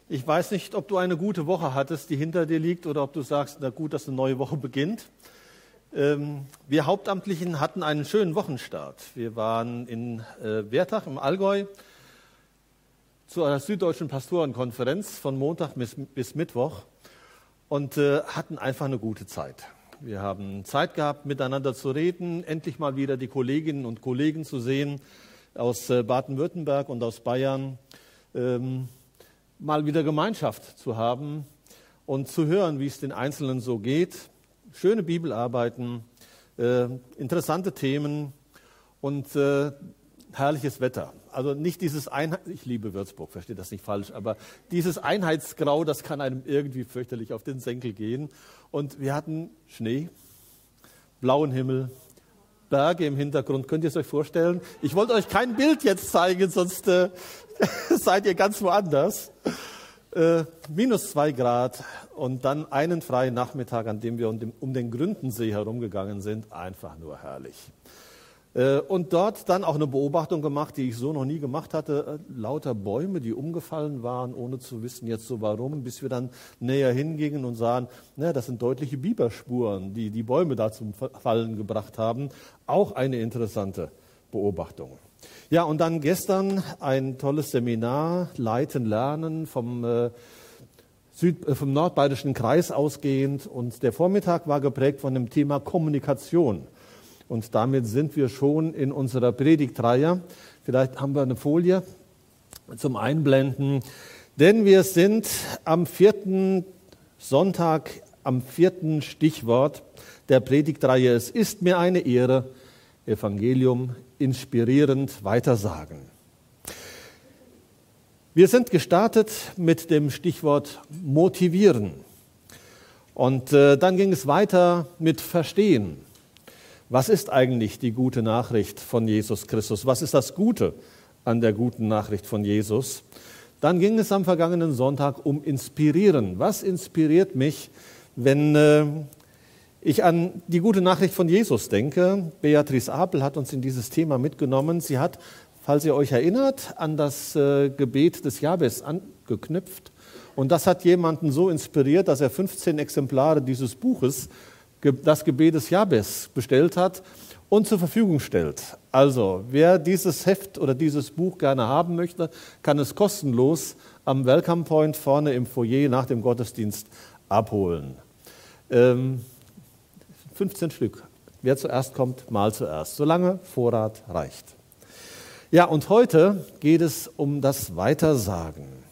Ich weiß nicht, ob du eine gute Woche hattest, die hinter dir liegt, oder ob du sagst, na gut, dass eine neue Woche beginnt. Wir Hauptamtlichen hatten einen schönen Wochenstart. Wir waren in Wertach im Allgäu zur Süddeutschen Pastorenkonferenz von Montag bis Mittwoch und hatten einfach eine gute Zeit. Wir haben Zeit gehabt, miteinander zu reden, endlich mal wieder die Kolleginnen und Kollegen zu sehen aus Baden-Württemberg und aus Bayern, mal wieder Gemeinschaft zu haben und zu hören, wie es den Einzelnen so geht. Schöne Bibelarbeiten, interessante Themen und herrliches Wetter. Also nicht dieses ich liebe Würzburg, versteht das nicht falsch, aber dieses Einheitsgrau, das kann einem irgendwie fürchterlich auf den Senkel gehen. Und wir hatten Schnee, blauen Himmel, Berge im Hintergrund. Könnt ihr es euch vorstellen? Ich wollte euch kein Bild jetzt zeigen, sonst seid ihr ganz woanders. -2 Grad und dann einen freien Nachmittag, an dem wir um den Gründensee herumgegangen sind. Einfach nur herrlich. Und dort dann auch eine Beobachtung gemacht, die ich so noch nie gemacht hatte. Lauter Bäume, die umgefallen waren, ohne zu wissen jetzt so warum, bis wir dann näher hingingen und sahen, das sind deutliche Biberspuren, die die Bäume da zum Fallen gebracht haben. Auch eine interessante Beobachtung. Ja, und dann gestern ein tolles Seminar, Leiten, Lernen vom Nordbayerischen Kreis ausgehend. Und der Vormittag war geprägt von dem Thema Kommunikation. Und damit sind wir schon in unserer Predigtreihe. Vielleicht haben wir eine Folie zum Einblenden. Denn wir sind am 4. Sonntag, am 4. Stichwort der Predigtreihe. Es ist mir eine Ehre, Evangelium inspirierend weitersagen. Wir sind gestartet mit dem Stichwort motivieren. Und dann ging es weiter mit verstehen. Was ist eigentlich die gute Nachricht von Jesus Christus? Was ist das Gute an der guten Nachricht von Jesus? Dann ging es am vergangenen Sonntag um inspirieren. Was inspiriert mich, wenn ich an die gute Nachricht von Jesus denke? Beatrice Apel hat uns in dieses Thema mitgenommen. Sie hat, falls ihr euch erinnert, an das Gebet des Jabes angeknüpft. Und das hat jemanden so inspiriert, dass er 15 Exemplare dieses Buches, das Gebet des Jabes, bestellt hat und zur Verfügung stellt. Also, wer dieses Heft oder dieses Buch gerne haben möchte, kann es kostenlos am Welcome Point vorne im Foyer nach dem Gottesdienst abholen. 15 Stück. Wer zuerst kommt, mal zuerst, solange Vorrat reicht. Ja, und heute geht es um das Weitersagen.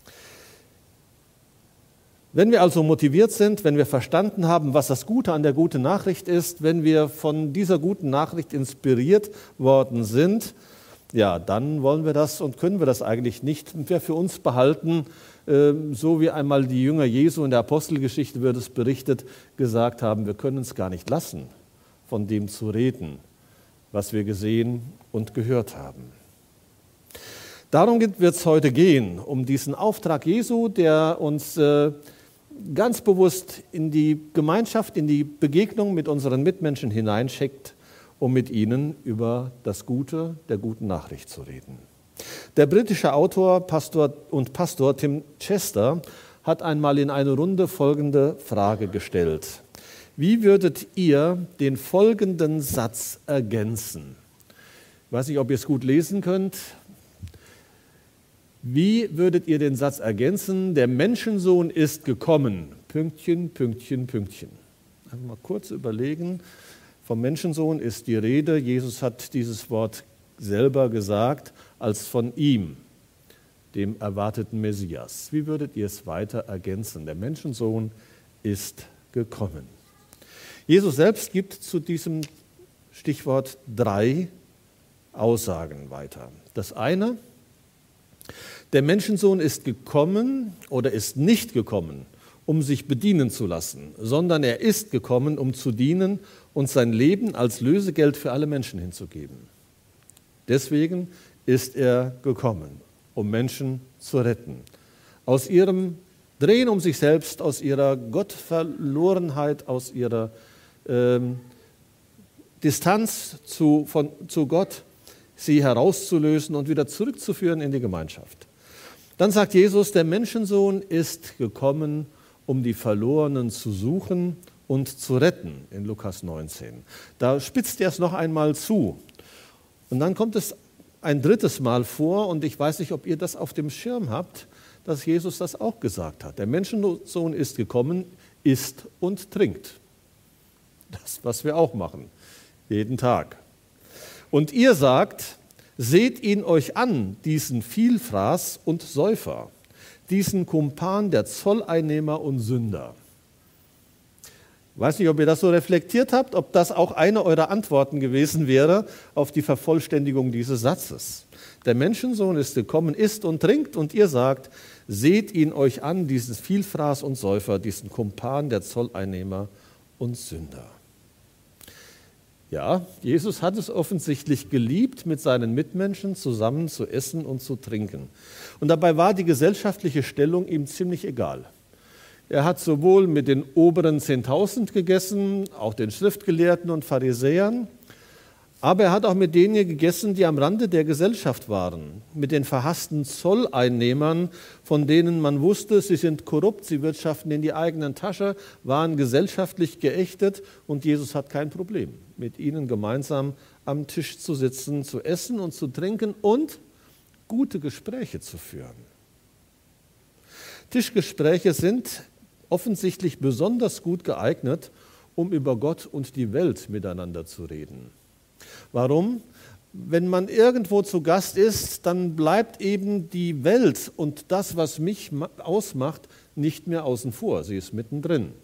Wenn wir also motiviert sind, wenn wir verstanden haben, was das Gute an der guten Nachricht ist, wenn wir von dieser guten Nachricht inspiriert worden sind, ja, dann wollen wir das und können wir das eigentlich nicht mehr für uns behalten, so wie einmal die Jünger Jesu in der Apostelgeschichte, wird es berichtet, gesagt haben, wir können es gar nicht lassen, von dem zu reden, was wir gesehen und gehört haben. Darum wird es heute gehen, um diesen Auftrag Jesu, der uns ganz bewusst in die Gemeinschaft, in die Begegnung mit unseren Mitmenschen hineinschickt, um mit ihnen über das Gute der guten Nachricht zu reden. Der britische Autor und Pastor Tim Chester hat einmal in eine Runde folgende Frage gestellt. Wie würdet ihr den folgenden Satz ergänzen? Ich weiß nicht, ob ihr es gut lesen könnt. Wie würdet ihr den Satz ergänzen? Der Menschensohn ist gekommen. Pünktchen, Pünktchen, Pünktchen. Einfach mal kurz überlegen. Vom Menschensohn ist die Rede. Jesus hat dieses Wort selber gesagt, als von ihm, dem erwarteten Messias. Wie würdet ihr es weiter ergänzen? Der Menschensohn ist gekommen. Jesus selbst gibt zu diesem Stichwort 3 Aussagen weiter. Das eine: Der Menschensohn ist gekommen oder ist nicht gekommen, um sich bedienen zu lassen, sondern er ist gekommen, um zu dienen und sein Leben als Lösegeld für alle Menschen hinzugeben. Deswegen ist er gekommen, um Menschen zu retten. Aus ihrem Drehen um sich selbst, aus ihrer Gottverlorenheit, aus ihrer Distanz zu Gott, sie herauszulösen und wieder zurückzuführen in die Gemeinschaft. Dann sagt Jesus, der Menschensohn ist gekommen, um die Verlorenen zu suchen und zu retten, in Lukas 19. Da spitzt er es noch einmal zu. Und dann kommt es ein drittes Mal vor, und ich weiß nicht, ob ihr das auf dem Schirm habt, dass Jesus das auch gesagt hat. Der Menschensohn ist gekommen, isst und trinkt. Das, was wir auch machen, jeden Tag. Und ihr sagt, seht ihn euch an, diesen Vielfraß und Säufer, diesen Kumpan der Zolleinnehmer und Sünder. Ich weiß nicht, ob ihr das so reflektiert habt, ob das auch eine eurer Antworten gewesen wäre auf die Vervollständigung dieses Satzes. Der Menschensohn ist gekommen, isst und trinkt, und ihr sagt, seht ihn euch an, diesen Vielfraß und Säufer, diesen Kumpan der Zolleinnehmer und Sünder. Ja, Jesus hat es offensichtlich geliebt, mit seinen Mitmenschen zusammen zu essen und zu trinken. Und dabei war die gesellschaftliche Stellung ihm ziemlich egal. Er hat sowohl mit den oberen 10.000 gegessen, auch den Schriftgelehrten und Pharisäern, aber er hat auch mit denen gegessen, die am Rande der Gesellschaft waren, mit den verhassten Zolleinnehmern, von denen man wusste, sie sind korrupt, sie wirtschaften in die eigenen Tasche, waren gesellschaftlich geächtet, und Jesus hat kein Problem, mit ihnen gemeinsam am Tisch zu sitzen, zu essen und zu trinken und gute Gespräche zu führen. Tischgespräche sind offensichtlich besonders gut geeignet, um über Gott und die Welt miteinander zu reden. Warum? Wenn man irgendwo zu Gast ist, dann bleibt eben die Welt und das, was mich ausmacht, nicht mehr außen vor. Sie ist mittendrin.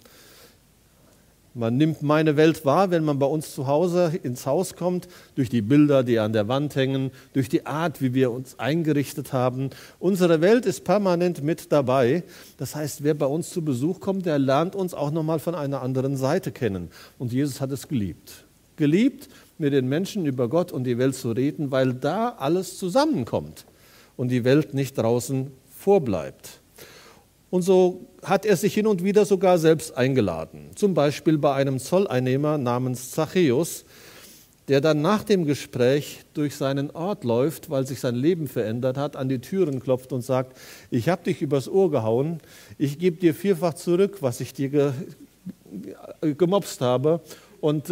Man nimmt meine Welt wahr, wenn man bei uns zu Hause ins Haus kommt, durch die Bilder, die an der Wand hängen, durch die Art, wie wir uns eingerichtet haben. Unsere Welt ist permanent mit dabei. Das heißt, wer bei uns zu Besuch kommt, der lernt uns auch nochmal von einer anderen Seite kennen. Und Jesus hat es geliebt. Geliebt, mit den Menschen über Gott und die Welt zu reden, weil da alles zusammenkommt und die Welt nicht draußen vorbleibt. Und so hat er sich hin und wieder sogar selbst eingeladen. Zum Beispiel bei einem Zolleinnehmer namens Zachäus, der dann nach dem Gespräch durch seinen Ort läuft, weil sich sein Leben verändert hat, an die Türen klopft und sagt, ich habe dich übers Ohr gehauen, ich gebe dir vierfach zurück, was ich dir gemopst habe, und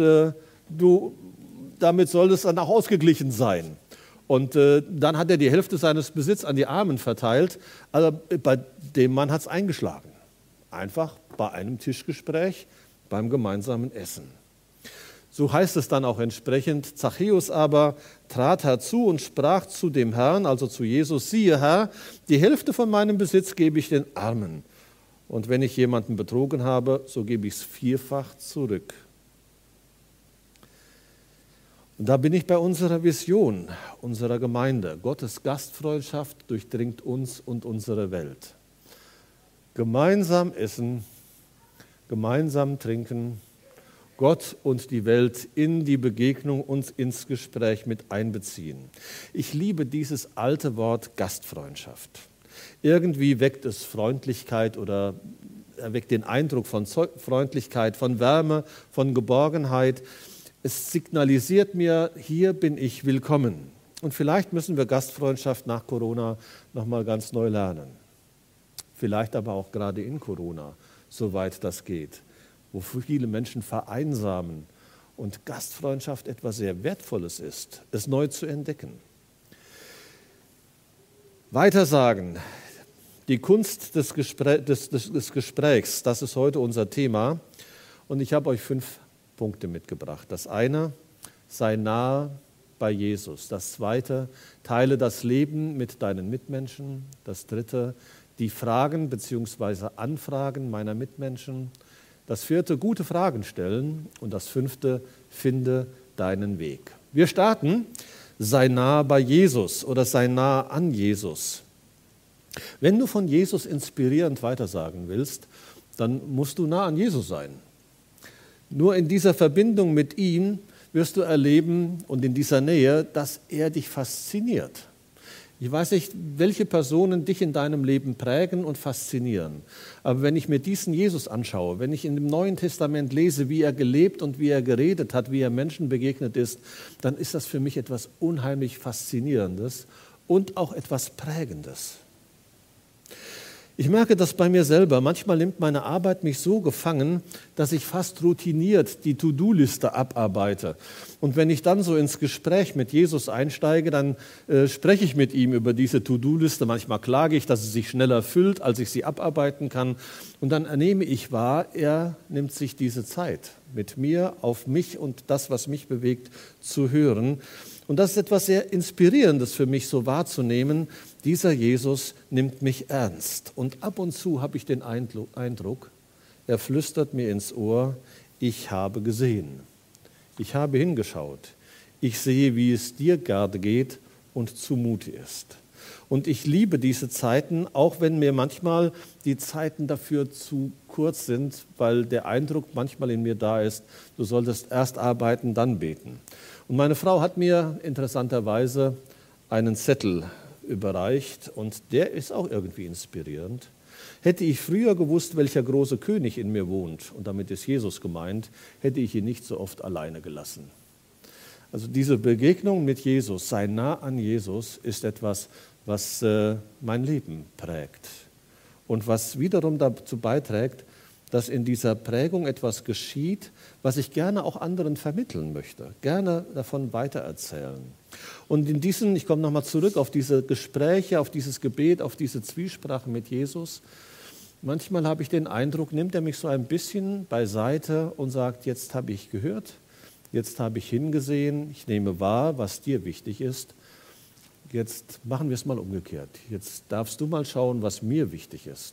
damit soll es dann auch ausgeglichen sein. Und dann hat er die Hälfte seines Besitzes an die Armen verteilt. Also bei dem Mann hat es eingeschlagen. Einfach bei einem Tischgespräch, beim gemeinsamen Essen. So heißt es dann auch entsprechend, Zachäus aber trat herzu und sprach zu dem Herrn, also zu Jesus, siehe Herr, die Hälfte von meinem Besitz gebe ich den Armen. Und wenn ich jemanden betrogen habe, so gebe ich es vierfach zurück. Und da bin ich bei unserer Vision, unserer Gemeinde. Gottes Gastfreundschaft durchdringt uns und unsere Welt. Gemeinsam essen, gemeinsam trinken, Gott und die Welt in die Begegnung und ins Gespräch mit einbeziehen. Ich liebe dieses alte Wort Gastfreundschaft. Irgendwie weckt es Freundlichkeit oder erweckt den Eindruck von Freundlichkeit, von Wärme, von Geborgenheit. Es signalisiert mir, hier bin ich willkommen. Und vielleicht müssen wir Gastfreundschaft nach Corona nochmal ganz neu lernen. Vielleicht aber auch gerade in Corona, soweit das geht, wo viele Menschen vereinsamen und Gastfreundschaft etwas sehr Wertvolles ist, es neu zu entdecken. Weiter sagen, die Kunst des Gesprächs, das ist heute unser Thema. Und ich habe euch 5 Punkte mitgebracht. Das eine, sei nahe bei Jesus. Das zweite, teile das Leben mit deinen Mitmenschen. Das dritte, die Fragen bzw. Anfragen meiner Mitmenschen. Das vierte, gute Fragen stellen. Und das fünfte, finde deinen Weg. Wir starten, sei nahe bei Jesus oder sei nahe an Jesus. Wenn du von Jesus inspirierend weitersagen willst, dann musst du nah an Jesus sein. Nur in dieser Verbindung mit ihm wirst du erleben und in dieser Nähe, dass er dich fasziniert. Ich weiß nicht, welche Personen dich in deinem Leben prägen und faszinieren. Aber wenn ich mir diesen Jesus anschaue, wenn ich in dem Neuen Testament lese, wie er gelebt und wie er geredet hat, wie er Menschen begegnet ist, dann ist das für mich etwas unheimlich Faszinierendes und auch etwas Prägendes. Ich merke das bei mir selber. Manchmal nimmt meine Arbeit mich so gefangen, dass ich fast routiniert die To-Do-Liste abarbeite. Und wenn ich dann so ins Gespräch mit Jesus einsteige, dann spreche ich mit ihm über diese To-Do-Liste. Manchmal klage ich, dass sie sich schneller füllt, als ich sie abarbeiten kann. Und dann nehme ich wahr, er nimmt sich diese Zeit, mit mir auf mich und das, was mich bewegt, zu hören. Und das ist etwas sehr Inspirierendes für mich, so wahrzunehmen. Dieser Jesus nimmt mich ernst. Und ab und zu habe ich den Eindruck, er flüstert mir ins Ohr, ich habe gesehen. Ich habe hingeschaut. Ich sehe, wie es dir gerade geht und zumute ist. Und ich liebe diese Zeiten, auch wenn mir manchmal die Zeiten dafür zu kurz sind, weil der Eindruck manchmal in mir da ist, du solltest erst arbeiten, dann beten. Und meine Frau hat mir interessanterweise einen Zettel überreicht und der ist auch irgendwie inspirierend. Hätte ich früher gewusst, welcher große König in mir wohnt, und damit ist Jesus gemeint, hätte ich ihn nicht so oft alleine gelassen. Also diese Begegnung mit Jesus, sei nah an Jesus, ist etwas, was mein Leben prägt und was wiederum dazu beiträgt, dass in dieser Prägung etwas geschieht, was ich gerne auch anderen vermitteln möchte, gerne davon weitererzählen. Und in diesen, ich komme nochmal zurück auf diese Gespräche, auf dieses Gebet, auf diese Zwiesprache mit Jesus, manchmal habe ich den Eindruck, nimmt er mich so ein bisschen beiseite und sagt, jetzt habe ich gehört, jetzt habe ich hingesehen, ich nehme wahr, was dir wichtig ist, jetzt machen wir es mal umgekehrt, jetzt darfst du mal schauen, was mir wichtig ist.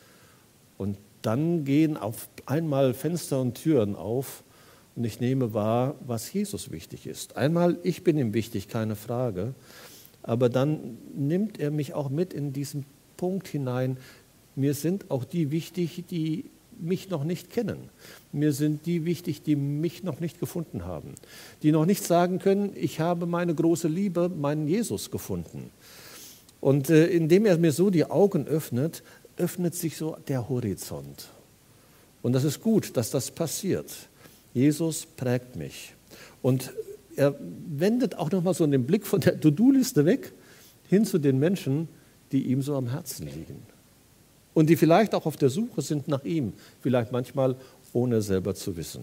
Und dann gehen auf einmal Fenster und Türen auf und ich nehme wahr, was Jesus wichtig ist. Einmal, ich bin ihm wichtig, keine Frage, aber dann nimmt er mich auch mit in diesen Punkt hinein, mir sind auch die wichtig, die mich noch nicht kennen. Mir sind die wichtig, die mich noch nicht gefunden haben, die noch nicht sagen können, ich habe meine große Liebe, meinen Jesus gefunden. Und indem er mir so die Augen öffnet, öffnet sich so der Horizont. Und das ist gut, dass das passiert. Jesus prägt mich. Und er wendet auch nochmal so den Blick von der To-Do-Liste weg, hin zu den Menschen, die ihm so am Herzen liegen. Und die vielleicht auch auf der Suche sind nach ihm, vielleicht manchmal ohne selber zu wissen.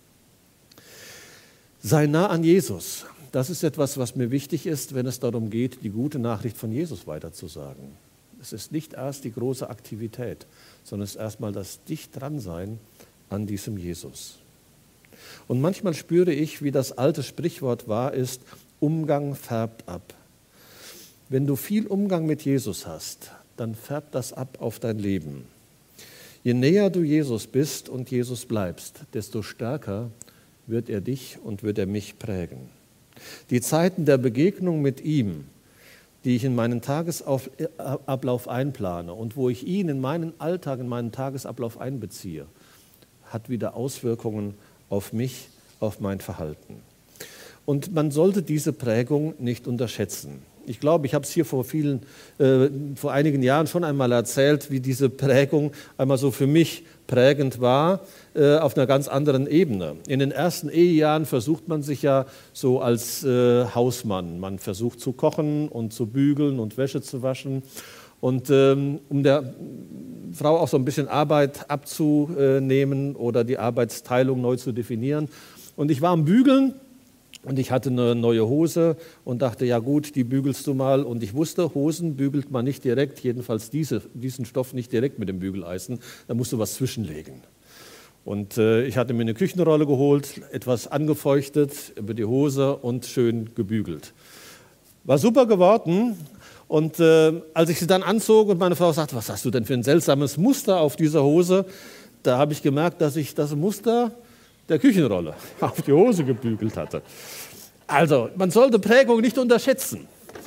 Sei nah an Jesus. Das ist etwas, was mir wichtig ist, wenn es darum geht, die gute Nachricht von Jesus weiterzusagen. Es ist nicht erst die große Aktivität, sondern es ist erstmal das dicht dran sein an diesem Jesus. Und manchmal spüre ich, wie das alte Sprichwort wahr ist, Umgang färbt ab. Wenn du viel Umgang mit Jesus hast, dann färbt das ab auf dein Leben. Je näher du Jesus bist und Jesus bleibst, desto stärker wird er dich und wird er mich prägen. Die Zeiten der Begegnung mit ihm, die ich in meinen Tagesablauf einplane und wo ich ihn in meinen Alltag, in meinen Tagesablauf einbeziehe, hat wieder Auswirkungen auf mich, auf mein Verhalten. Und man sollte diese Prägung nicht unterschätzen. Ich glaube, ich habe es hier vor einigen Jahren schon einmal erzählt, wie diese Prägung einmal so für mich prägend war, auf einer ganz anderen Ebene. In den ersten Ehejahren versucht man sich ja so als Hausmann. Man versucht zu kochen und zu bügeln und Wäsche zu waschen. Und um der Frau auch so ein bisschen Arbeit abzunehmen oder die Arbeitsteilung neu zu definieren. Und ich war am Bügeln. Und ich hatte eine neue Hose und dachte, ja gut, die bügelst du mal. Und ich wusste, Hosen bügelt man nicht direkt, jedenfalls diesen Stoff nicht direkt mit dem Bügeleisen. Da musst du was zwischenlegen. Und ich hatte mir eine Küchenrolle geholt, etwas angefeuchtet über die Hose und schön gebügelt. War super geworden. Und als ich sie dann anzog und meine Frau sagte, was hast du denn für ein seltsames Muster auf dieser Hose? Da habe ich gemerkt, dass ich das Muster der Küchenrolle auf die Hose gebügelt hatte. Also, man sollte Prägung nicht unterschätzen.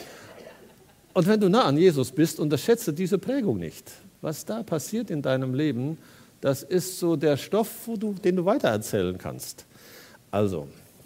Und wenn du nah an Jesus bist, unterschätze diese Prägung nicht. Was da passiert in deinem Leben, das ist so der Stoff, den du weitererzählen kannst. Also,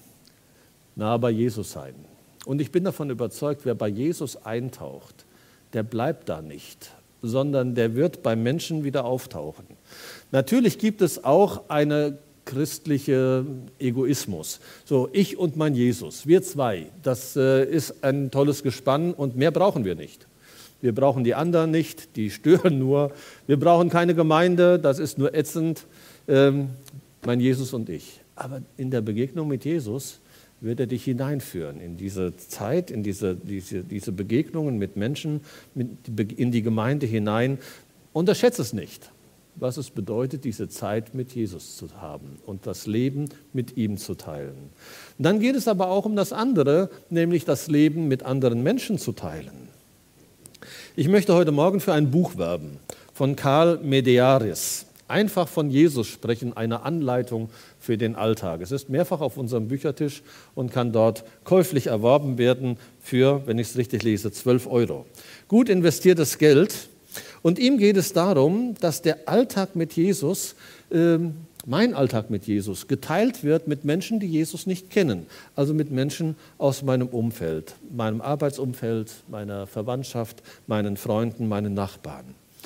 nah bei Jesus sein. Und ich bin davon überzeugt, wer bei Jesus eintaucht, der bleibt da nicht, sondern der wird beim Menschen wieder auftauchen. Natürlich gibt es auch eine christliche Egoismus. So, ich und mein Jesus, wir zwei, das ist ein tolles Gespann und mehr brauchen wir nicht. Wir brauchen die anderen nicht, die stören nur. Wir brauchen keine Gemeinde, das ist nur ätzend. Mein Jesus und ich. Aber in der Begegnung mit Jesus wird er dich hineinführen in diese Zeit, in diese Begegnungen mit Menschen, in die Gemeinde hinein. Unterschätze es nicht, was es bedeutet, diese Zeit mit Jesus zu haben und das Leben mit ihm zu teilen. Und dann geht es aber auch um das andere, nämlich das Leben mit anderen Menschen zu teilen. Ich möchte heute Morgen für ein Buch werben von Karl Medearis. Einfach von Jesus sprechen, eine Anleitung für den Alltag. Es ist mehrfach auf unserem Büchertisch und kann dort käuflich erworben werden für, wenn ich es richtig lese, 12 €. Gut investiertes Geld. Und ihm geht es darum, dass der Alltag mit Jesus, mein Alltag mit Jesus, geteilt wird mit Menschen, die Jesus nicht kennen. Also mit Menschen aus meinem Umfeld, meinem Arbeitsumfeld, meiner Verwandtschaft, meinen Freunden, meinen Nachbarn.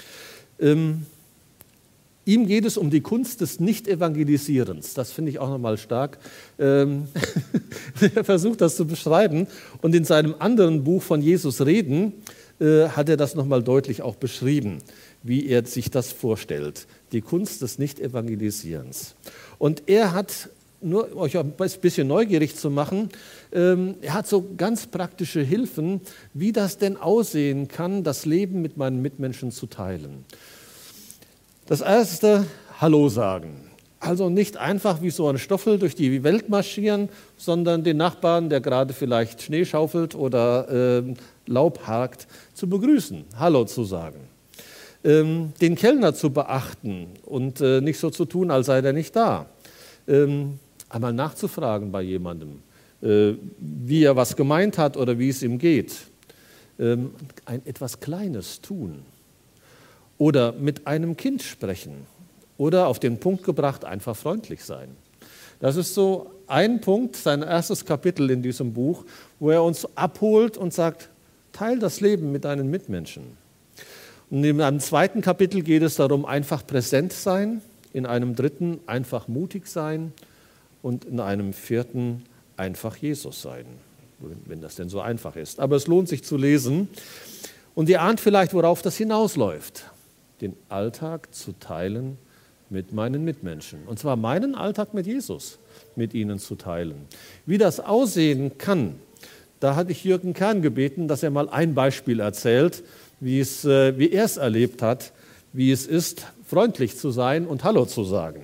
Ihm geht es um die Kunst des Nicht-Evangelisierens. Das finde ich auch nochmal stark. Er versucht das zu beschreiben. Und in seinem anderen Buch von Jesus reden, hat er das nochmal deutlich auch beschrieben, wie er sich das vorstellt. Die Kunst des Nicht-Evangelisierens. Und er hat, nur euch ein bisschen neugierig zu machen, er hat so ganz praktische Hilfen, wie das denn aussehen kann, das Leben mit meinen Mitmenschen zu teilen. Das erste, Hallo sagen. Also nicht einfach wie so ein Stoffel durch die Welt marschieren, sondern den Nachbarn, der gerade vielleicht Schnee schaufelt oder Laub hakt, zu begrüßen, Hallo zu sagen. Den Kellner zu beachten und nicht so zu tun, als sei der nicht da. Einmal nachzufragen bei jemandem, wie er was gemeint hat oder wie es ihm geht. Ein etwas Kleines tun. Oder mit einem Kind sprechen oder auf den Punkt gebracht, einfach freundlich sein. Das ist so ein Punkt, sein erstes Kapitel in diesem Buch, wo er uns abholt und sagt, teil das Leben mit deinen Mitmenschen. Und in einem zweiten Kapitel geht es darum, einfach präsent sein, in einem dritten einfach mutig sein und in einem vierten einfach Jesus sein, wenn das denn so einfach ist. Aber es lohnt sich zu lesen und ihr ahnt vielleicht, worauf das hinausläuft. Den Alltag zu teilen mit meinen Mitmenschen. Und zwar meinen Alltag mit Jesus, mit ihnen zu teilen. Wie das aussehen kann, da hatte ich Jürgen Kern gebeten, dass er mal ein Beispiel erzählt, wie er es erlebt hat, wie es ist, freundlich zu sein und Hallo zu sagen.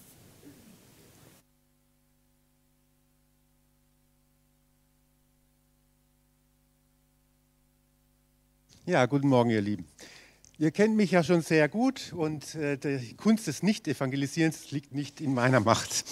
Ja, guten Morgen, ihr Lieben. Ihr kennt mich ja schon sehr gut und die Kunst des Nicht-Evangelisierens liegt nicht in meiner Macht.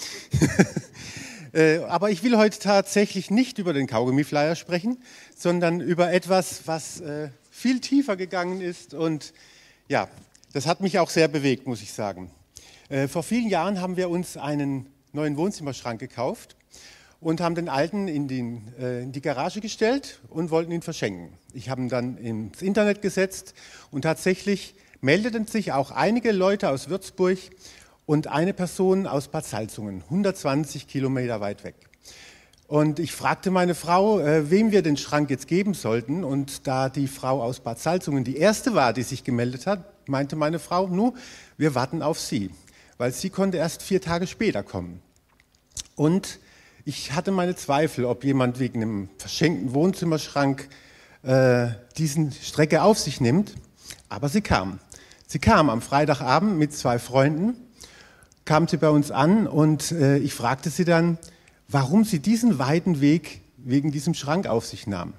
Aber ich will heute tatsächlich nicht über den Kaugummiflyer sprechen, sondern über etwas, was viel tiefer gegangen ist. Und ja, das hat mich auch sehr bewegt, muss ich sagen. Vor vielen Jahren haben wir uns einen neuen Wohnzimmerschrank gekauft und haben den alten in die Garage gestellt und wollten ihn verschenken. Ich habe ihn dann ins Internet gesetzt und tatsächlich meldeten sich auch einige Leute aus Würzburg und eine Person aus Bad Salzungen, 120 Kilometer weit weg. Und ich fragte meine Frau, wem wir den Schrank jetzt geben sollten. Und da die Frau aus Bad Salzungen die erste war, die sich gemeldet hat, meinte meine Frau, wir warten auf sie, weil sie konnte erst 4 Tage später kommen. Und ich hatte meine Zweifel, ob jemand wegen einem verschenkten Wohnzimmerschrank diesen Strecke auf sich nimmt, aber sie kam. Sie kam am Freitagabend mit 2 Freunden, kam sie bei uns an und ich fragte sie dann, warum sie diesen weiten Weg wegen diesem Schrank auf sich nahm.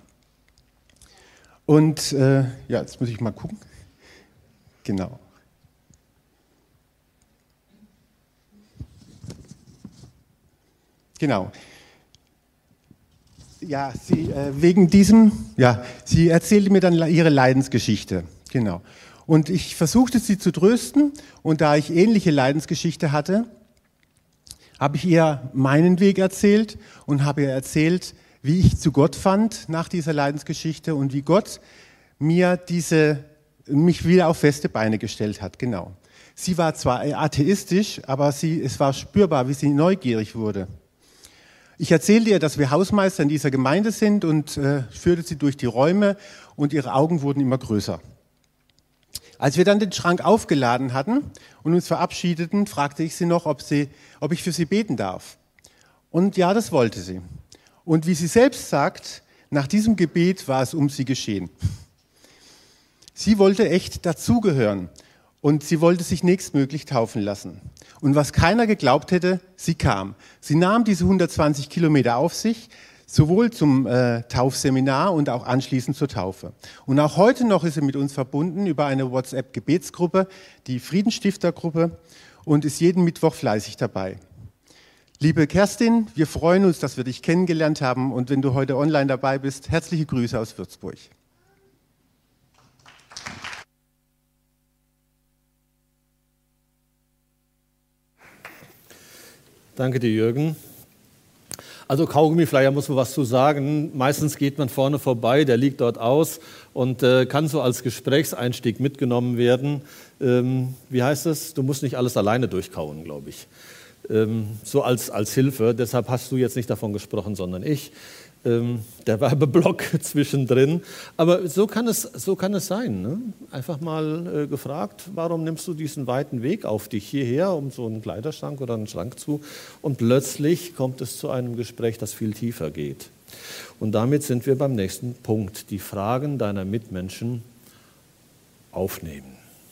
Und jetzt muss ich mal gucken. Genau. Genau. Ja, sie erzählte mir dann ihre Leidensgeschichte. Genau. Und ich versuchte sie zu trösten und da ich ähnliche Leidensgeschichte hatte, habe ich ihr meinen Weg erzählt und habe ihr erzählt, wie ich zu Gott fand nach dieser Leidensgeschichte und wie Gott mir mich wieder auf feste Beine gestellt hat. Genau. Sie war zwar atheistisch, aber es war spürbar, wie sie neugierig wurde. Ich erzählte ihr, dass wir Hausmeister in dieser Gemeinde sind und führte sie durch die Räume und ihre Augen wurden immer größer. Als wir dann den Schrank aufgeladen hatten und uns verabschiedeten, fragte ich sie noch, ob ich für sie beten darf. Und ja, das wollte sie. Und wie sie selbst sagt, nach diesem Gebet war es um sie geschehen. Sie wollte echt dazugehören und sie wollte sich nächstmöglich taufen lassen. Und was keiner geglaubt hätte, sie kam. Sie nahm diese 120 Kilometer auf sich, sowohl zum Taufseminar und auch anschließend zur Taufe. Und auch heute noch ist sie mit uns verbunden über eine WhatsApp-Gebetsgruppe, die Friedensstiftergruppe, und ist jeden Mittwoch fleißig dabei. Liebe Kerstin, wir freuen uns, dass wir dich kennengelernt haben, und wenn du heute online dabei bist, herzliche Grüße aus Würzburg. Danke dir, Jürgen. Also Kaugummiflyer muss man was zu sagen. Meistens geht man vorne vorbei, der liegt dort aus und kann so als Gesprächseinstieg mitgenommen werden. Wie heißt es? Du musst nicht alles alleine durchkauen, glaube ich. So als Hilfe. Deshalb hast du jetzt nicht davon gesprochen, sondern ich. Der Werbeblock zwischendrin. Aber so kann es sein. Ne? Einfach mal gefragt, warum nimmst du diesen weiten Weg auf dich hierher, um so einen Kleiderschrank oder einen Schrank zu? Und plötzlich kommt es zu einem Gespräch, das viel tiefer geht. Und damit sind wir beim nächsten Punkt. Die Fragen deiner Mitmenschen aufnehmen.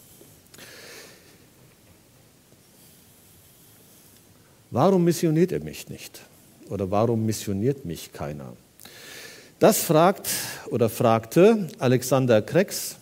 Warum missioniert er mich nicht? Oder warum missioniert mich keiner? Das fragte Alexander Krex,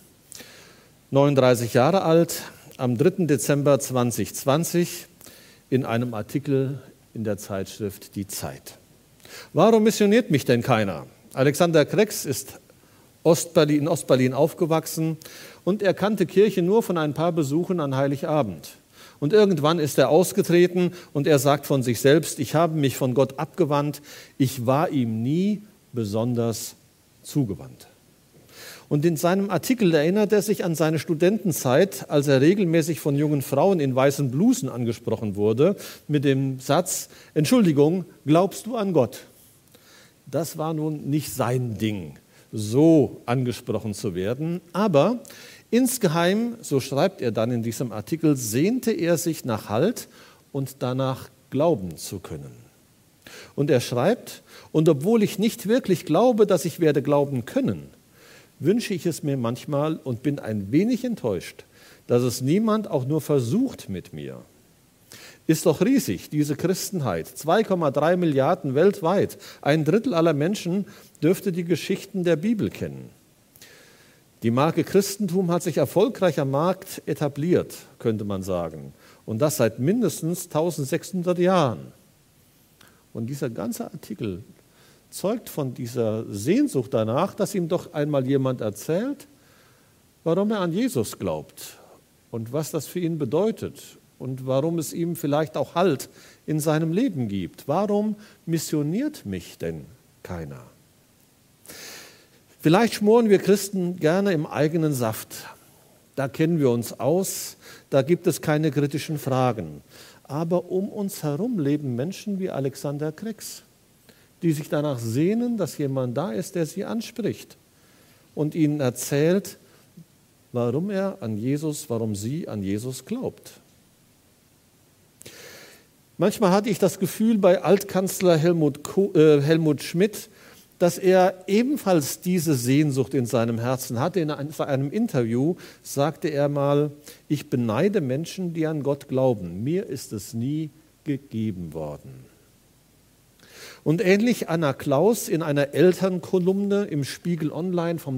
39 Jahre alt, am 3. Dezember 2020 in einem Artikel in der Zeitschrift Die Zeit. Warum missioniert mich denn keiner? Alexander Krex ist in Ostberlin aufgewachsen und er kannte Kirche nur von ein paar Besuchen an Heiligabend. Und irgendwann ist er ausgetreten und er sagt von sich selbst, ich habe mich von Gott abgewandt, ich war ihm nie besonders zugewandt. Und in seinem Artikel erinnert er sich an seine Studentenzeit, als er regelmäßig von jungen Frauen in weißen Blusen angesprochen wurde, mit dem Satz, Entschuldigung, glaubst du an Gott? Das war nun nicht sein Ding, so angesprochen zu werden, aber insgeheim, so schreibt er dann in diesem Artikel, sehnte er sich nach Halt und danach glauben zu können. Und er schreibt, und obwohl ich nicht wirklich glaube, dass ich werde glauben können, wünsche ich es mir manchmal und bin ein wenig enttäuscht, dass es niemand auch nur versucht mit mir. Ist doch riesig, diese Christenheit. 2,3 Milliarden weltweit. 1/3 aller Menschen dürfte die Geschichten der Bibel kennen. Die Marke Christentum hat sich erfolgreich am Markt etabliert, könnte man sagen. Und das seit mindestens 1600 Jahren. Und dieser ganze Artikel zeugt von dieser Sehnsucht danach, dass ihm doch einmal jemand erzählt, warum er an Jesus glaubt und was das für ihn bedeutet und warum es ihm vielleicht auch Halt in seinem Leben gibt. Warum missioniert mich denn keiner? Vielleicht schmoren wir Christen gerne im eigenen Saft. Da kennen wir uns aus, da gibt es keine kritischen Fragen. Aber um uns herum leben Menschen wie Alexander Krex, die sich danach sehnen, dass jemand da ist, der sie anspricht und ihnen erzählt, warum sie an Jesus glaubt. Manchmal hatte ich das Gefühl bei Altkanzler Helmut Schmidt, dass er ebenfalls diese Sehnsucht in seinem Herzen hatte. In einem Interview sagte er mal, ich beneide Menschen, die an Gott glauben. Mir ist es nie gegeben worden. Und ähnlich Anna Klaus in einer Elternkolumne im Spiegel Online vom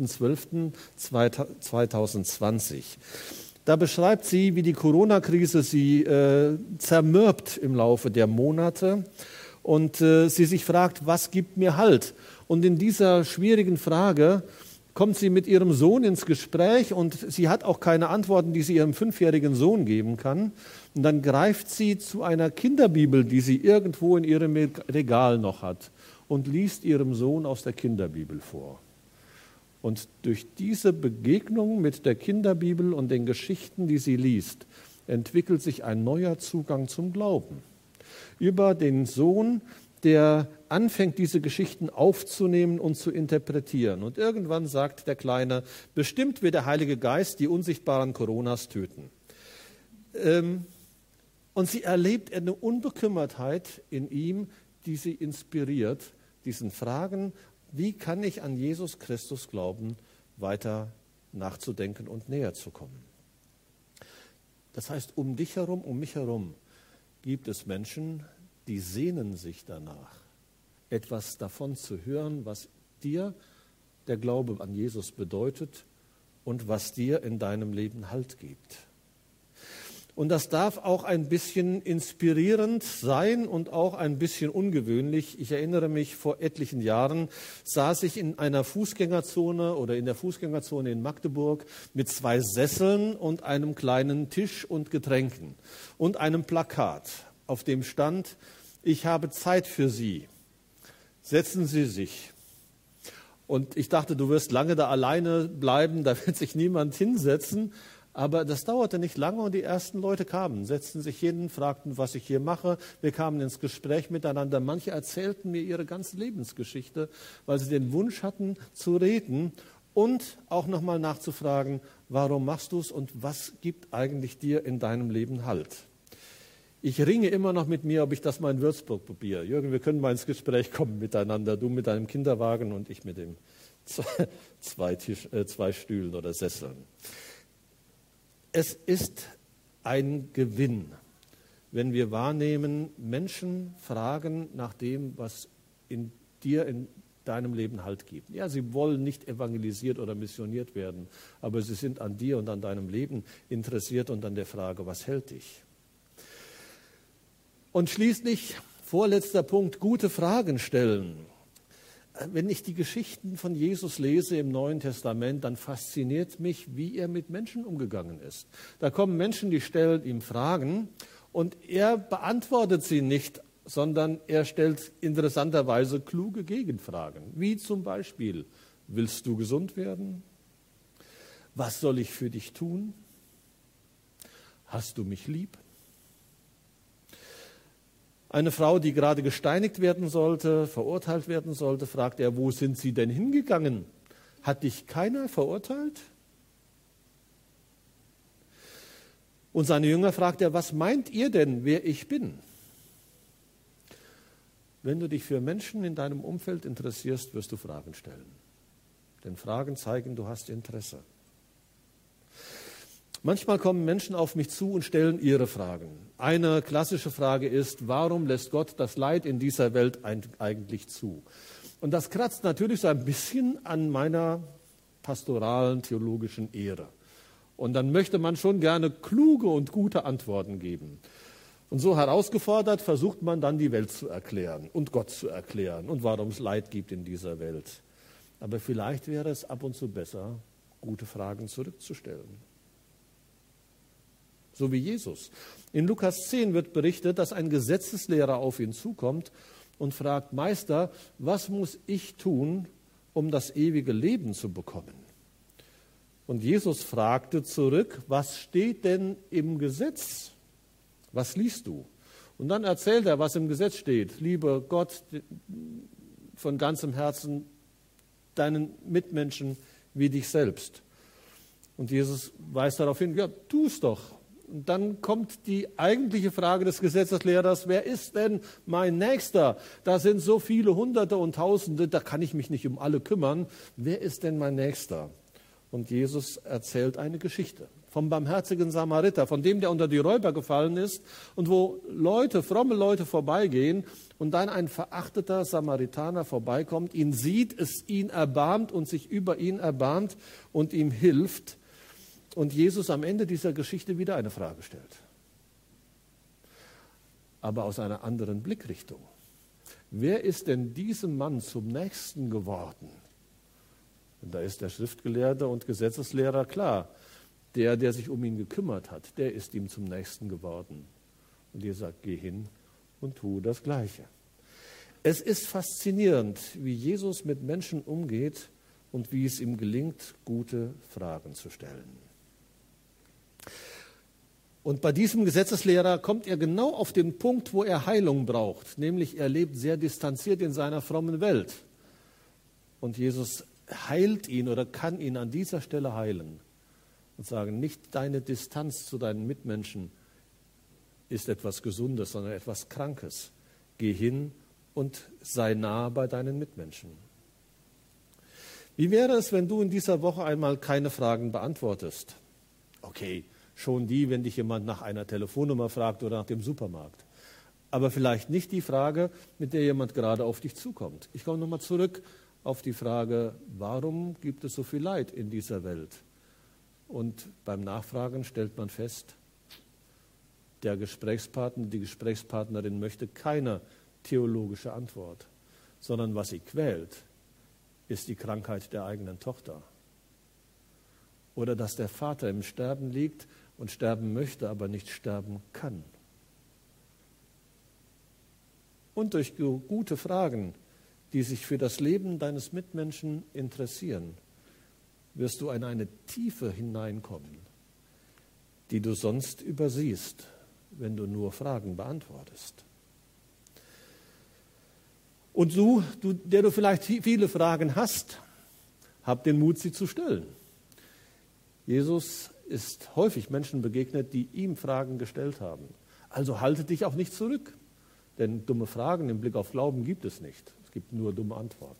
12.12.2020. Da beschreibt sie, wie die Corona-Krise sie zermürbt im Laufe der Monate. Und sie sich fragt, was gibt mir Halt? Und in dieser schwierigen Frage kommt sie mit ihrem Sohn ins Gespräch und sie hat auch keine Antworten, die sie ihrem 5-jährigen Sohn geben kann. Und dann greift sie zu einer Kinderbibel, die sie irgendwo in ihrem Regal noch hat und liest ihrem Sohn aus der Kinderbibel vor. Und durch diese Begegnung mit der Kinderbibel und den Geschichten, die sie liest, entwickelt sich ein neuer Zugang zum Glauben. Über den Sohn, der anfängt, diese Geschichten aufzunehmen und zu interpretieren. Und irgendwann sagt der Kleine, bestimmt wird der Heilige Geist die unsichtbaren Coronas töten. Und sie erlebt eine Unbekümmertheit in ihm, die sie inspiriert, diesen Fragen, wie kann ich an Jesus Christus glauben, weiter nachzudenken und näher zu kommen. Das heißt, um dich herum, um mich herum, gibt es Menschen, die sehnen sich danach, etwas davon zu hören, was dir der Glaube an Jesus bedeutet und was dir in deinem Leben Halt gibt. Und das darf auch ein bisschen inspirierend sein und auch ein bisschen ungewöhnlich. Ich erinnere mich, vor etlichen Jahren saß ich in einer Fußgängerzone oder in der Fußgängerzone in Magdeburg mit 2 Sesseln und einem kleinen Tisch und Getränken und einem Plakat, auf dem stand: Ich habe Zeit für Sie. Setzen Sie sich. Und ich dachte, du wirst lange da alleine bleiben, da wird sich niemand hinsetzen. Aber das dauerte nicht lange und die ersten Leute kamen, setzten sich hin, fragten, was ich hier mache. Wir kamen ins Gespräch miteinander. Manche erzählten mir ihre ganze Lebensgeschichte, weil sie den Wunsch hatten, zu reden und auch nochmal nachzufragen, warum machst du es und was gibt eigentlich dir in deinem Leben Halt? Ich ringe immer noch mit mir, ob ich das mal in Würzburg probiere. Jürgen, wir können mal ins Gespräch kommen miteinander. Du mit deinem Kinderwagen und ich mit den 2 Stühlen oder Sesseln. Es ist ein Gewinn, wenn wir wahrnehmen, Menschen fragen nach dem, was in dir, in deinem Leben Halt gibt. Ja, sie wollen nicht evangelisiert oder missioniert werden, aber sie sind an dir und an deinem Leben interessiert und an der Frage, was hält dich? Und schließlich, vorletzter Punkt, gute Fragen stellen. Wenn ich die Geschichten von Jesus lese im Neuen Testament, dann fasziniert mich, wie er mit Menschen umgegangen ist. Da kommen Menschen, die stellen ihm Fragen und er beantwortet sie nicht, sondern er stellt interessanterweise kluge Gegenfragen. Wie zum Beispiel, willst du gesund werden? Was soll ich für dich tun? Hast du mich lieb? Eine Frau, die gerade gesteinigt werden sollte, verurteilt werden sollte, fragt er, wo sind Sie denn hingegangen? Hat dich keiner verurteilt? Und seine Jünger fragt er, was meint ihr denn, wer ich bin? Wenn du dich für Menschen in deinem Umfeld interessierst, wirst du Fragen stellen. Denn Fragen zeigen, du hast Interesse. Manchmal kommen Menschen auf mich zu und stellen ihre Fragen. Eine klassische Frage ist, warum lässt Gott das Leid in dieser Welt eigentlich zu? Und das kratzt natürlich so ein bisschen an meiner pastoralen, theologischen Ehre. Und dann möchte man schon gerne kluge und gute Antworten geben. Und so herausgefordert versucht man dann, die Welt zu erklären und Gott zu erklären und warum es Leid gibt in dieser Welt. Aber vielleicht wäre es ab und zu besser, gute Fragen zurückzustellen. So wie Jesus. In Lukas 10 wird berichtet, dass ein Gesetzeslehrer auf ihn zukommt und fragt, Meister, was muss ich tun, um das ewige Leben zu bekommen? Und Jesus fragte zurück, was steht denn im Gesetz? Was liest du? Und dann erzählt er, was im Gesetz steht. Liebe Gott von ganzem Herzen, deinen Mitmenschen wie dich selbst. Und Jesus weist darauf hin, ja, tu es doch. Und dann kommt die eigentliche Frage des Gesetzeslehrers, wer ist denn mein Nächster? Da sind so viele Hunderte und Tausende, da kann ich mich nicht um alle kümmern. Wer ist denn mein Nächster? Und Jesus erzählt eine Geschichte vom barmherzigen Samariter, von dem, der unter die Räuber gefallen ist und wo Leute, fromme Leute vorbeigehen und dann ein verachteter Samaritaner vorbeikommt, ihn sieht, es ihn erbarmt und sich über ihn erbarmt und ihm hilft. Und Jesus am Ende dieser Geschichte wieder eine Frage stellt. Aber aus einer anderen Blickrichtung. Wer ist denn diesem Mann zum Nächsten geworden? Und da ist der Schriftgelehrte und Gesetzeslehrer klar. Der sich um ihn gekümmert hat, der ist ihm zum Nächsten geworden. Und ihr sagt, geh hin und tu das Gleiche. Es ist faszinierend, wie Jesus mit Menschen umgeht und wie es ihm gelingt, gute Fragen zu stellen. Und bei diesem Gesetzeslehrer kommt er genau auf den Punkt, wo er Heilung braucht, nämlich er lebt sehr distanziert in seiner frommen Welt. Und Jesus heilt ihn oder kann ihn an dieser Stelle heilen und sagen, nicht deine Distanz zu deinen Mitmenschen ist etwas Gesundes, sondern etwas Krankes. Geh hin und sei nah bei deinen Mitmenschen. Wie wäre es, wenn du in dieser Woche einmal keine Fragen beantwortest? Okay, schon die, wenn dich jemand nach einer Telefonnummer fragt oder nach dem Supermarkt. Aber vielleicht nicht die Frage, mit der jemand gerade auf dich zukommt. Ich komme nochmal zurück auf die Frage, warum gibt es so viel Leid in dieser Welt? Und beim Nachfragen stellt man fest, der Gesprächspartner, die Gesprächspartnerin möchte keine theologische Antwort, sondern was sie quält, ist die Krankheit der eigenen Tochter. Oder dass der Vater im Sterben liegt und sterben möchte, aber nicht sterben kann. Und durch gute Fragen, die sich für das Leben deines Mitmenschen interessieren, wirst du in eine Tiefe hineinkommen, die du sonst übersiehst, wenn du nur Fragen beantwortest. Und du, der du vielleicht viele Fragen hast, hab den Mut, sie zu stellen. Jesus ist häufig Menschen begegnet, die ihm Fragen gestellt haben. Also halte dich auch nicht zurück, denn dumme Fragen im Blick auf Glauben gibt es nicht. Es gibt nur dumme Antworten.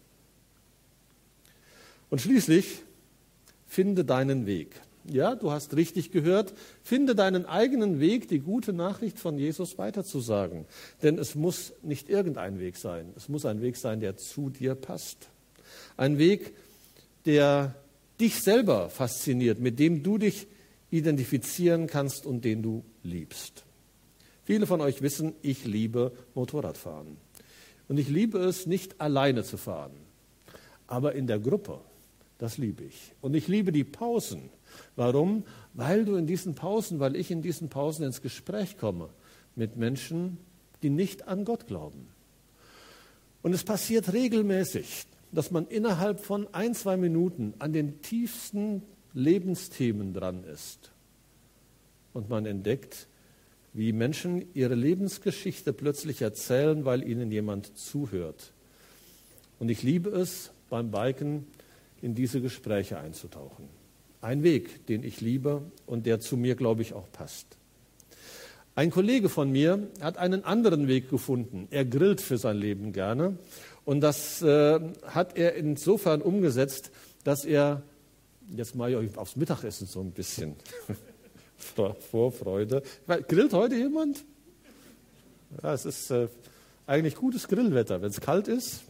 Und schließlich, finde deinen Weg. Ja, du hast richtig gehört, finde deinen eigenen Weg, die gute Nachricht von Jesus weiterzusagen. Denn es muss nicht irgendein Weg sein. Es muss ein Weg sein, der zu dir passt. Ein Weg, der dich selber fasziniert, mit dem du dich identifizieren kannst und den du liebst. Viele von euch wissen, ich liebe Motorradfahren. Und ich liebe es, nicht alleine zu fahren, aber in der Gruppe. Das liebe ich. Und ich liebe die Pausen. Warum? Weil ich in diesen Pausen ins Gespräch komme mit Menschen, die nicht an Gott glauben. Und es passiert regelmäßig, dass man innerhalb von 1-2 Minuten an den tiefsten Lebensthemen dran ist. Und man entdeckt, wie Menschen ihre Lebensgeschichte plötzlich erzählen, weil ihnen jemand zuhört. Und ich liebe es, beim Biken in diese Gespräche einzutauchen. Ein Weg, den ich liebe und der zu mir, glaube ich, auch passt. Ein Kollege von mir hat einen anderen Weg gefunden. Er grillt für sein Leben gerne. Und das hat er insofern umgesetzt, dass er, jetzt mache ich euch aufs Mittagessen so ein bisschen Vorfreude. Grillt heute jemand? Ja, es ist eigentlich gutes Grillwetter, wenn es kalt ist.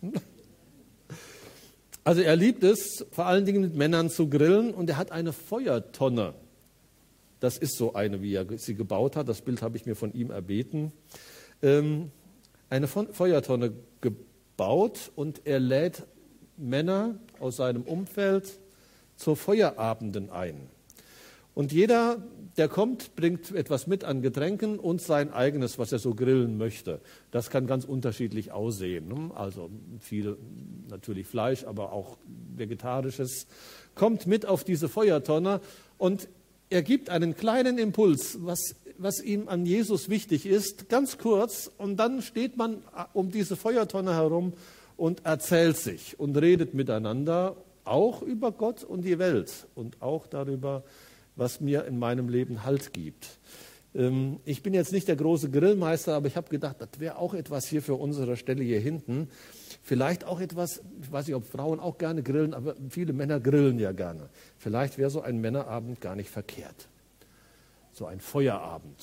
Also er liebt es, vor allen Dingen mit Männern zu grillen, und er hat eine Feuertonne. Das ist so eine, wie er sie gebaut hat. Das Bild habe ich mir von ihm erbeten. Eine Feuertonne gebaut, und er lädt Männer aus seinem Umfeld zu Feuerabenden ein. Und jeder, der kommt, bringt etwas mit an Getränken und sein eigenes, was er so grillen möchte. Das kann ganz unterschiedlich aussehen. Also viel natürlich Fleisch, aber auch Vegetarisches. Kommt mit auf diese Feuertonne, und er gibt einen kleinen Impuls, was ihm an Jesus wichtig ist, ganz kurz. Und dann steht man um diese Feuertonne herum und erzählt sich und redet miteinander, auch über Gott und die Welt und auch darüber, was mir in meinem Leben Halt gibt. Ich bin jetzt nicht der große Grillmeister, aber ich habe gedacht, das wäre auch etwas hier für unsere Stelle hier hinten. Vielleicht auch etwas, ich weiß nicht, ob Frauen auch gerne grillen, aber viele Männer grillen ja gerne. Vielleicht wäre so ein Männerabend gar nicht verkehrt. So ein Feuerabend.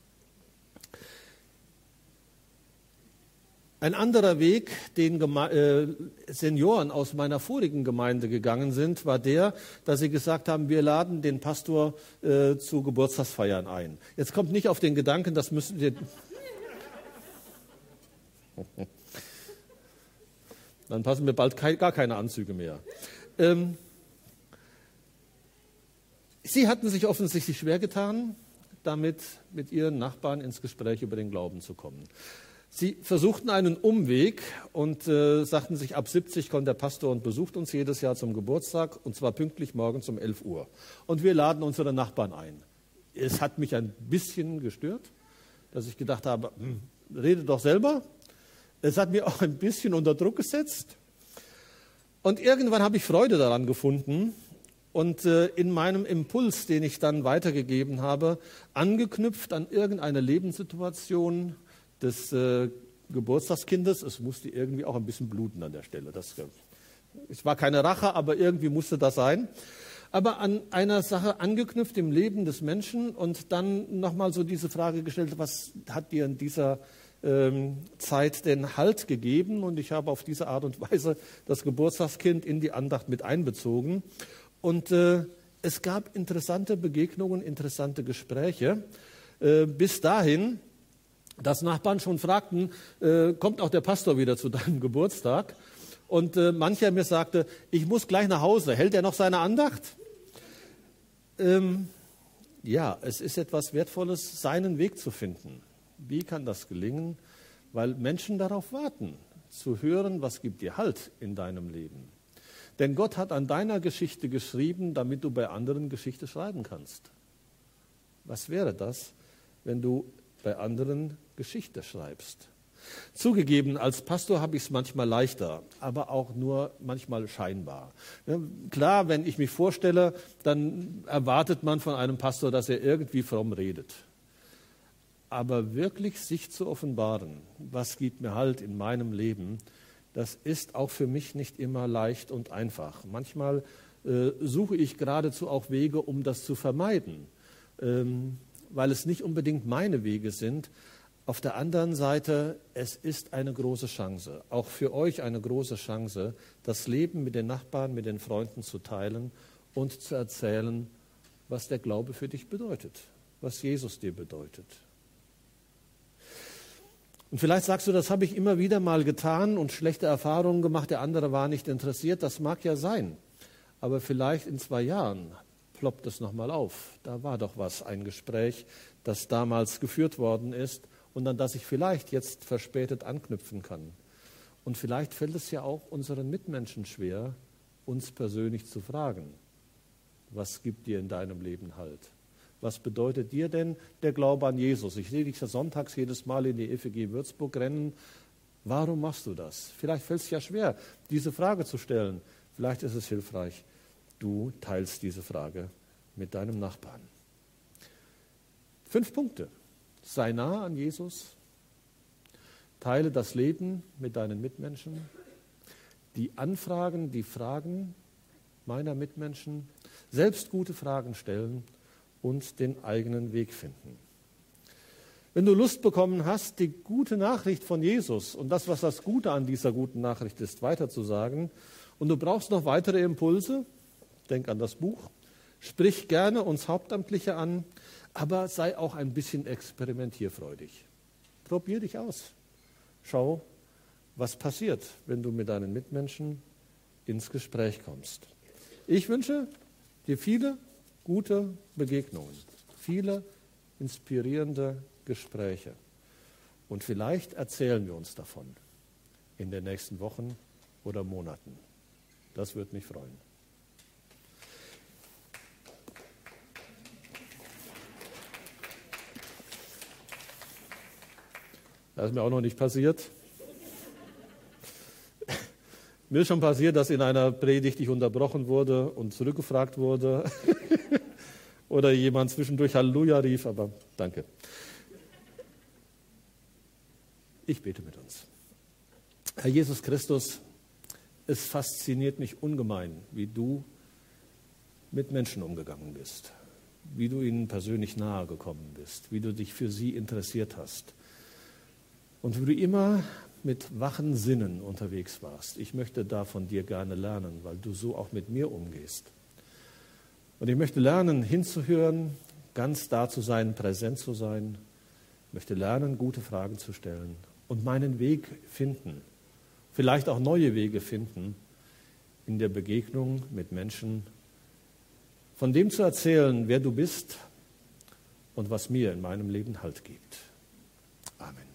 Ein anderer Weg, den Senioren aus meiner vorigen Gemeinde gegangen sind, war der, dass sie gesagt haben, wir laden den Pastor zu Geburtstagsfeiern ein. Jetzt kommt nicht auf den Gedanken, das müssen wir... Dann passen mir bald gar keine Anzüge mehr. Sie hatten sich offensichtlich schwer getan, damit mit ihren Nachbarn ins Gespräch über den Glauben zu kommen. Sie versuchten einen Umweg und sagten sich, ab 70 kommt der Pastor und besucht uns jedes Jahr zum Geburtstag, und zwar pünktlich morgens um 11 Uhr. Und wir laden unsere Nachbarn ein. es hat mich ein bisschen gestört, dass ich gedacht habe, rede doch selber. Es hat mir auch ein bisschen unter Druck gesetzt. Und irgendwann habe ich Freude daran gefunden und in meinem Impuls, den ich dann weitergegeben habe, angeknüpft an irgendeine Lebenssituation des Geburtstagskindes. Es musste irgendwie auch ein bisschen bluten an der Stelle. Es war keine Rache, aber irgendwie musste das sein. Aber an einer Sache angeknüpft im Leben des Menschen und dann nochmal so diese Frage gestellt, was hat dir in dieser Zeit den Halt gegeben? Und ich habe auf diese Art und Weise das Geburtstagskind in die Andacht mit einbezogen. Und es gab interessante Begegnungen, interessante Gespräche, bis dahin, dass Nachbarn schon fragten, kommt auch der Pastor wieder zu deinem Geburtstag? Und mancher mir sagte, ich muss gleich nach Hause, hält er noch seine Andacht? Ja, es ist etwas Wertvolles, seinen Weg zu finden. Wie kann das gelingen? Weil Menschen darauf warten, zu hören, was gibt dir Halt in deinem Leben. Denn Gott hat an deiner Geschichte geschrieben, damit du bei anderen Geschichte schreiben kannst. Was wäre das, wenn du bei anderen Geschichte schreibst? Zugegeben, als Pastor habe ich es manchmal leichter, aber auch nur manchmal scheinbar. Ja, klar, wenn ich mich vorstelle, dann erwartet man von einem Pastor, dass er irgendwie fromm redet. Aber wirklich sich zu offenbaren, was gibt mir Halt in meinem Leben, das ist auch für mich nicht immer leicht und einfach. Manchmal suche ich geradezu auch Wege, um das zu vermeiden, weil es nicht unbedingt meine Wege sind. Auf der anderen Seite, es ist eine große Chance, auch für euch eine große Chance, das Leben mit den Nachbarn, mit den Freunden zu teilen und zu erzählen, was der Glaube für dich bedeutet, was Jesus dir bedeutet. Und vielleicht sagst du, das habe ich immer wieder mal getan und schlechte Erfahrungen gemacht, der andere war nicht interessiert. Das mag ja sein, aber vielleicht in 2 Jahren ploppt es nochmal auf. Da war doch was, ein Gespräch, das damals geführt worden ist und an das ich vielleicht jetzt verspätet anknüpfen kann. Und vielleicht fällt es ja auch unseren Mitmenschen schwer, uns persönlich zu fragen, was gibt dir in deinem Leben Halt? Was bedeutet dir denn der Glaube an Jesus? Ich sehe dich ja sonntags jedes Mal in die EFG Würzburg rennen. Warum machst du das? Vielleicht fällt es ja schwer, diese Frage zu stellen. Vielleicht ist es hilfreich, du teilst diese Frage mit deinem Nachbarn. 5 Punkte. Sei nah an Jesus. Teile das Leben mit deinen Mitmenschen. Die Anfragen, die Fragen meiner Mitmenschen. Selbst gute Fragen stellen. Und den eigenen Weg finden. Wenn du Lust bekommen hast, die gute Nachricht von Jesus und das, was das Gute an dieser guten Nachricht ist, weiterzusagen, und du brauchst noch weitere Impulse, denk an das Buch, sprich gerne uns Hauptamtliche an, aber sei auch ein bisschen experimentierfreudig. Probier dich aus. Schau, was passiert, wenn du mit deinen Mitmenschen ins Gespräch kommst. Ich wünsche dir viele gute Begegnungen, viele inspirierende Gespräche. Und vielleicht erzählen wir uns davon in den nächsten Wochen oder Monaten. Das würde mich freuen. Das ist mir auch noch nicht passiert. Mir ist schon passiert, dass in einer Predigt ich unterbrochen wurde und zurückgefragt wurde oder jemand zwischendurch Halleluja rief, aber danke. Ich bete mit uns. Herr Jesus Christus, es fasziniert mich ungemein, wie du mit Menschen umgegangen bist, wie du ihnen persönlich nahe gekommen bist, wie du dich für sie interessiert hast und wie du immer mit wachen Sinnen unterwegs warst. Ich möchte da von dir gerne lernen, weil du so auch mit mir umgehst. Und ich möchte lernen, hinzuhören, ganz da zu sein, präsent zu sein. Ich möchte lernen, gute Fragen zu stellen und meinen Weg finden, vielleicht auch neue Wege finden in der Begegnung mit Menschen, von dem zu erzählen, wer du bist und was mir in meinem Leben Halt gibt. Amen.